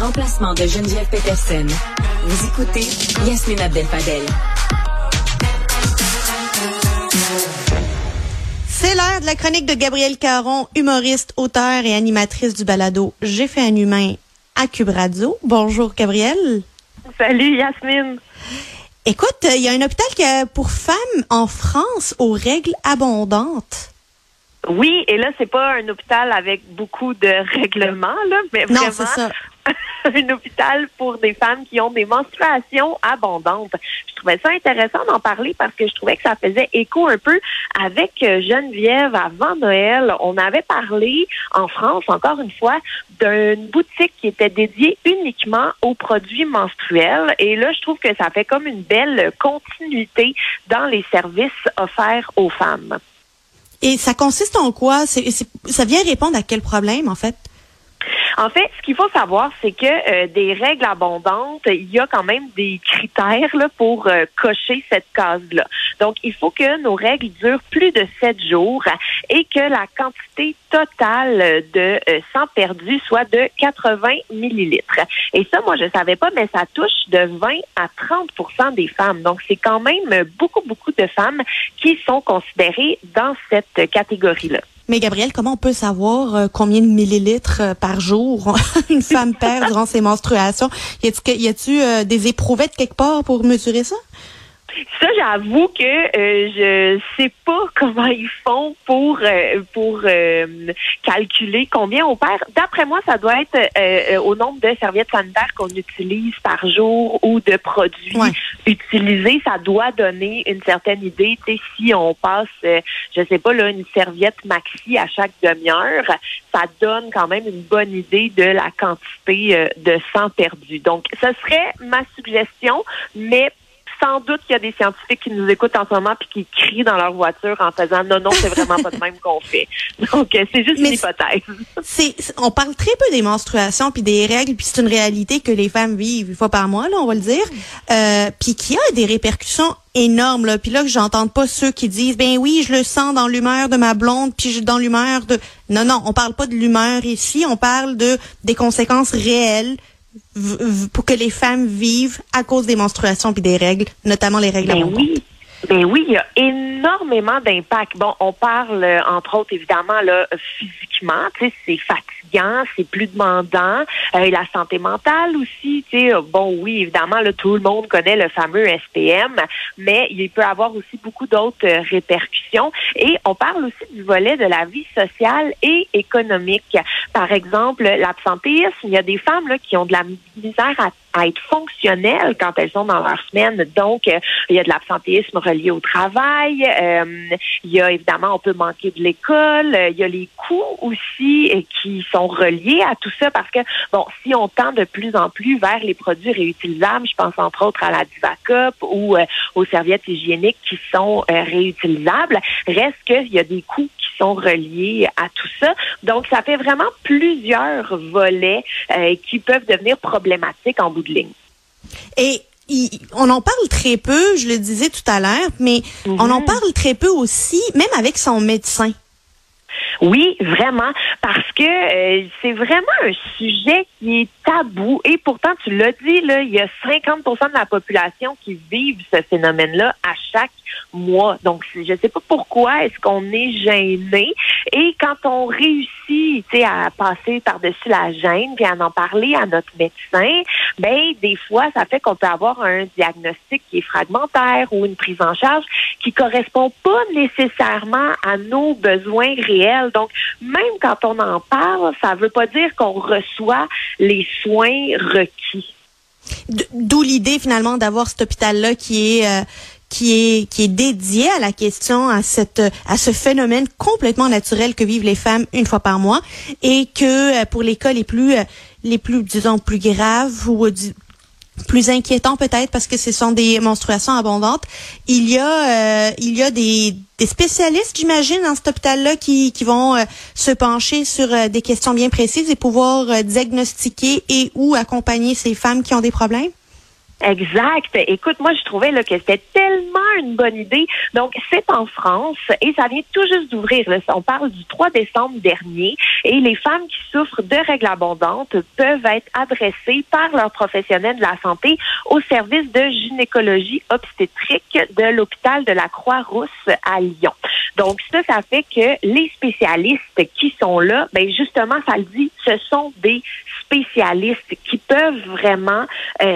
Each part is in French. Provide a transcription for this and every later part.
remplacement de Geneviève Peterson. Vous écoutez Yasmine Abdel-Fadel. C'est l'heure de la chronique de Gabrielle Caron, humoriste, auteure et animatrice du balado J'ai fait un humain à Cube Radio. Bonjour Gabrielle. Salut Yasmine. Écoute, il y a un hôpital pour femmes en France aux règles abondantes. Oui, et là, c'est pas un hôpital avec beaucoup de règlements, là, mais non, vraiment c'est ça. un hôpital pour des femmes qui ont des menstruations abondantes. Je trouvais ça intéressant d'en parler parce que je trouvais que ça faisait écho un peu avec Geneviève avant Noël. On avait parlé en France, encore une fois, d'une boutique qui était dédiée uniquement aux produits menstruels. Et là, je trouve que ça fait comme une belle continuité dans les services offerts aux femmes. Et ça consiste en quoi? Ça vient répondre à quel problème, en fait? En fait, ce qu'il faut savoir, c'est que des règles abondantes, il y a quand même des critères là, pour cocher cette case-là. Donc, il faut que nos règles durent plus de 7 jours et que la quantité totale de sang perdu soit de 80 millilitres. Et ça, moi, je savais pas, mais ça touche de 20 à 30% des femmes. Donc, c'est quand même beaucoup de femmes qui sont considérées dans cette catégorie-là. Mais Gabrielle, comment on peut savoir combien de millilitres par jour une femme perd durant ses menstruations? Y a-tu des éprouvettes quelque part pour mesurer ça? Ça, j'avoue que je sais pas comment ils font pour calculer combien on perd. D'après moi, ça doit être au nombre de serviettes sanitaires qu'on utilise par jour ou de produits utilisés. Ça doit donner une certaine idée. Tu sais, si on passe, je sais pas, là, une serviette maxi à chaque demi-heure, ça donne quand même une bonne idée de la quantité de sang perdu. Donc, ce serait ma suggestion, mais sans doute qu'il y a des scientifiques qui nous écoutent en ce moment puis qui crient dans leur voiture en faisant non, c'est vraiment pas de même qu'on fait. Donc, c'est juste une hypothèse. On parle très peu des menstruations puis des règles, puis c'est une réalité que les femmes vivent une fois par mois, là, on va le dire. Puis qui a des répercussions énormes, là. Puis là, que j'entende pas ceux qui disent, ben oui, je le sens dans l'humeur de ma blonde, puis dans l'humeur de... Non, on parle pas de l'humeur ici, on parle des conséquences réelles pour que les femmes vivent à cause des menstruations puis des règles, notamment les règles abondantes. Oui, il y a énormément d'impact. Bon, on parle, entre autres, évidemment, là, physiquement, tu sais, c'est fatigant, c'est plus demandant. La santé mentale aussi, tu sais, bon, oui, évidemment, là, tout le monde connaît le fameux SPM, mais il peut avoir aussi beaucoup d'autres répercussions. Et on parle aussi du volet de la vie sociale et économique. Par exemple, l'absentéisme, il y a des femmes, là, qui ont de la misère à être fonctionnelles quand elles sont dans leur semaine. Donc, il y a de l'absentéisme relié au travail. Il y a évidemment, on peut manquer de l'école. Il y a les coûts aussi qui sont reliés à tout ça parce que, bon, si on tend de plus en plus vers les produits réutilisables, je pense entre autres à la Divacup ou aux serviettes hygiéniques qui sont réutilisables, reste qu'il y a des coûts qui sont reliés à tout ça. Donc, ça fait vraiment plusieurs volets qui peuvent devenir problématiques en bout de ligne. Et on en parle très peu, je le disais tout à l'heure, mais on en parle très peu aussi, même avec son médecin. Oui, vraiment, parce que c'est vraiment un sujet qui est tabou et pourtant, tu l'as dit, là, il y a 50% de la population qui vivent ce phénomène-là à chaque mois. Donc, je ne sais pas pourquoi est-ce qu'on est gêné et quand on réussit, tu sais, à passer par-dessus la gêne puis à en parler à notre médecin, ben des fois, ça fait qu'on peut avoir un diagnostic qui est fragmentaire ou une prise en charge qui correspond pas nécessairement à nos besoins réels. Donc, même quand on en parle, ça veut pas dire qu'on reçoit les soins requis. D'où l'idée finalement d'avoir cet hôpital-là qui est dédié à la question, à ce phénomène complètement naturel que vivent les femmes une fois par mois et que pour les cas les plus disons plus graves ou plus inquiétants peut-être parce que ce sont des menstruations abondantes, il y a des spécialistes, j'imagine, dans cet hôpital-là qui vont se pencher sur des questions bien précises et pouvoir diagnostiquer et ou accompagner ces femmes qui ont des problèmes? Exact. Écoute, moi, je trouvais là, que c'était tellement une bonne idée. Donc, c'est en France et ça vient tout juste d'ouvrir. Là. On parle du 3 décembre dernier et les femmes qui souffrent de règles abondantes peuvent être adressées par leurs professionnels de la santé au service de gynécologie obstétrique de l'hôpital de la Croix-Rousse à Lyon. Donc, ça fait que les spécialistes qui sont là, ben justement, ça le dit, ce sont des spécialistes qui peuvent vraiment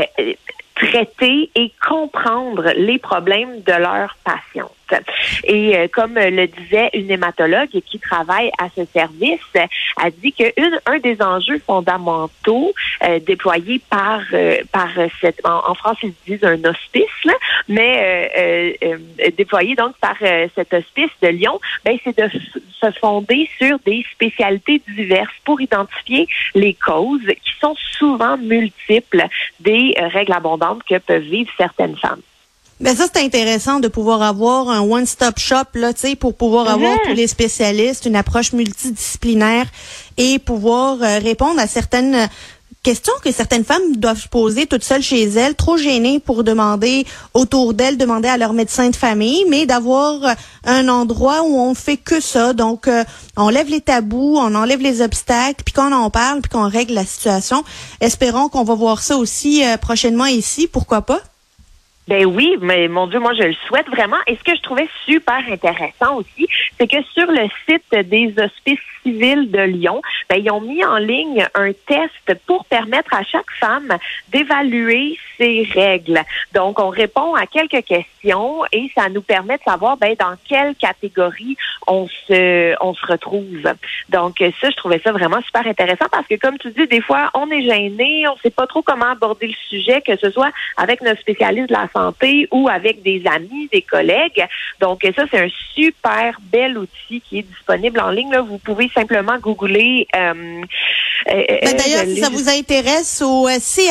traiter et comprendre les problèmes de leurs patientes. Et comme le disait une hématologue qui travaille à ce service, a dit que un des enjeux fondamentaux déployés par cette en France ils disent un hospice là, mais déployé donc par cet hospice de Lyon, ben c'est de se fonder sur des spécialités diverses pour identifier les causes qui sont souvent multiples des règles abondantes que peuvent vivre certaines femmes. Ben ça, c'est intéressant de pouvoir avoir un one-stop shop, là, tu sais, pour pouvoir avoir tous les spécialistes, une approche multidisciplinaire et pouvoir répondre à certaines questions que certaines femmes doivent se poser toutes seules chez elles, trop gênées pour demander autour d'elles, demander à leur médecin de famille, mais d'avoir un endroit où on fait que ça. Donc, on lève les tabous, on enlève les obstacles, puis qu'on en parle, puis qu'on règle la situation. Espérons qu'on va voir ça aussi prochainement ici, pourquoi pas? Ben oui, mais mon Dieu, moi je le souhaite vraiment. Et ce que je trouvais super intéressant aussi, c'est que sur le site des hospices civils de Lyon, ben ils ont mis en ligne un test pour permettre à chaque femme d'évaluer ses règles. Donc on répond à quelques questions et ça nous permet de savoir ben dans quelle catégorie on se retrouve. Donc ça, je trouvais ça vraiment super intéressant parce que comme tu dis, des fois on est gêné, on sait pas trop comment aborder le sujet, que ce soit avec notre spécialiste de la santé ou avec des amis, des collègues. Donc ça, c'est un super bel outil qui est disponible en ligne. Là. Vous pouvez simplement googler. D'ailleurs, si ça vous intéresse, au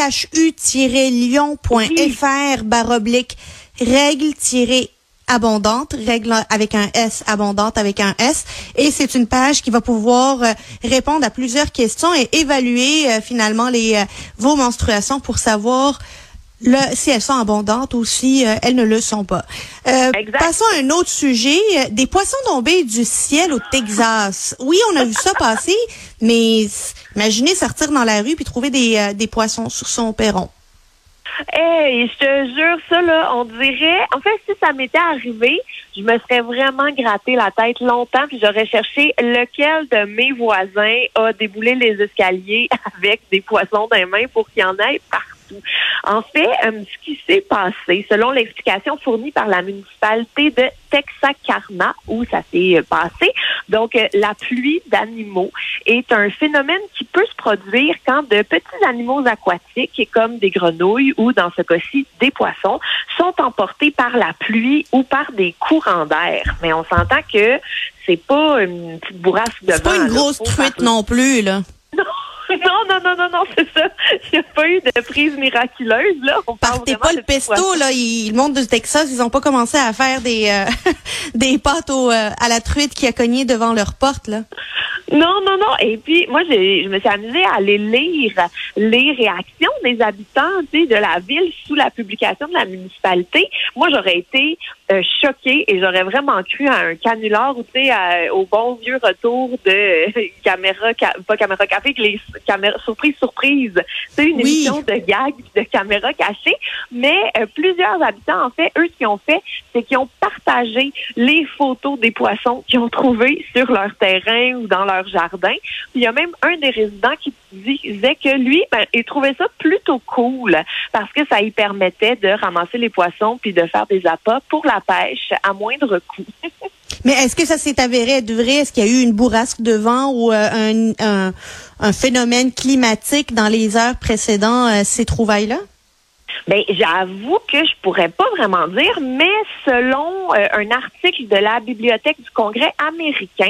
chu-lyon.fr/règle-abondante, règle avec un S, abondante avec un S, et c'est une page qui va pouvoir répondre à plusieurs questions et évaluer finalement vos menstruations pour savoir si elles sont abondantes ou si elles ne le sont pas. Passons à un autre sujet. Des poissons tombés du ciel au Texas. Oui, on a vu ça passer, mais imaginez sortir dans la rue puis trouver des poissons sur son perron. Hey, je te jure, ça, là, on dirait... En fait, si ça m'était arrivé, je me serais vraiment gratté la tête longtemps puis j'aurais cherché lequel de mes voisins a déboulé les escaliers avec des poissons dans les mains pour qu'il y en ait partout. En fait, ce qui s'est passé, selon l'explication fournie par la municipalité de Texarkana, où ça s'est passé, donc la pluie d'animaux est un phénomène qui peut se produire quand de petits animaux aquatiques, comme des grenouilles ou dans ce cas-ci des poissons, sont emportés par la pluie ou par des courants d'air. Mais on s'entend que c'est pas une petite bourrasque de vent. C'est pas une grosse truite non plus, là. Non, c'est ça. Il n'y a pas eu de prise miraculeuse, là. Partez pas le pesto, là. Le monde du Texas, ils ont pas commencé à faire des pâtes à la truite qui a cogné devant leur porte, là. Non. Et puis, moi, je me suis amusée à aller lire les réactions des habitants, de la ville sous la publication de la municipalité. Moi, j'aurais été choquée et j'aurais vraiment cru à un canular ou, au bon vieux retour de pas caméra café, que les caméras surprise. C'est une émission de gags, de caméras cachées. Mais plusieurs habitants, en fait, eux, ce qu'ils ont fait, c'est qu'ils ont partagé les photos des poissons qu'ils ont trouvés sur leur terrain ou dans leur jardin. Puis il y a même un des résidents qui disait que lui, il trouvait ça plutôt cool parce que ça lui permettait de ramasser les poissons puis de faire des appâts pour la pêche à moindre coût. Mais est-ce que ça s'est avéré être vrai? Est-ce qu'il y a eu une bourrasque de vent ou un phénomène climatique dans les heures précédant ces trouvailles-là? Ben, j'avoue que je pourrais pas vraiment dire, mais selon un article de la Bibliothèque du Congrès américain,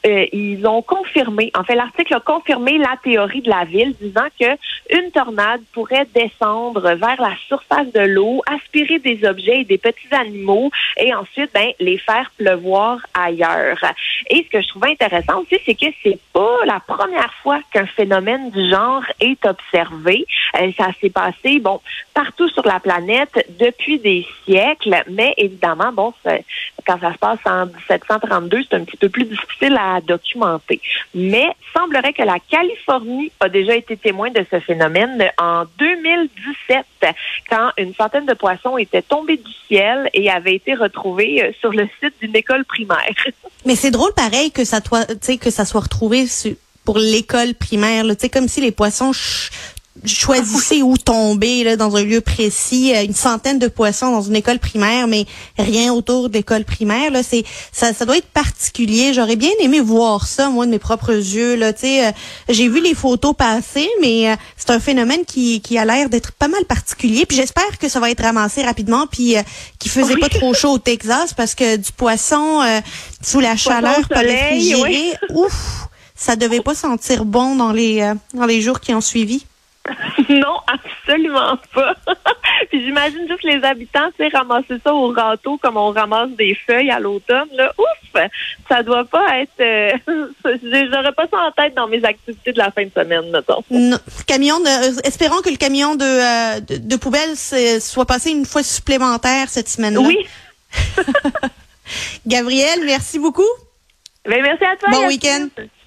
ils ont confirmé, en fait, l'article a confirmé la théorie de la ville, disant que une tornade pourrait descendre vers la surface de l'eau, aspirer des objets et des petits animaux, et ensuite, les faire pleuvoir ailleurs. Et ce que je trouvais intéressant aussi, c'est que c'est pas la première fois qu'un phénomène du genre est observé. Ça s'est passé, partout sur la planète depuis des siècles, mais évidemment, quand ça se passe en 1732, c'est un petit peu plus difficile à documenter. Mais semblerait que la Californie a déjà été témoin de ce phénomène en 2017, quand une centaine de poissons étaient tombés du ciel et avaient été retrouvés sur le site d'une école primaire. Mais c'est drôle pareil que ça soit retrouvé pour l'école primaire, là, comme si les poissons choisissaient où tomber là, dans un lieu précis, une centaine de poissons dans une école primaire, mais rien autour de l'école primaire. Là, ça doit être particulier. J'aurais bien aimé voir ça, moi, de mes propres yeux. Là, j'ai vu les photos passer, mais c'est un phénomène qui a l'air d'être pas mal particulier. Puis j'espère que ça va être ramassé rapidement, puis qu'il faisait pas trop chaud au Texas, parce que du poisson sous la chaleur pas réfrigéré, ouf, ça devait pas sentir bon dans les jours qui ont suivi. Non, absolument pas. Puis j'imagine juste les habitants, ramasser ça au râteau comme on ramasse des feuilles à l'automne. Là, ouf, ça doit pas être. J'aurais pas ça en tête dans mes activités de la fin de semaine, mettons. Non, espérons que le camion de poubelle soit passé une fois supplémentaire cette semaine-là. Oui. Gabrielle, merci beaucoup. Merci à toi. Bon week-end.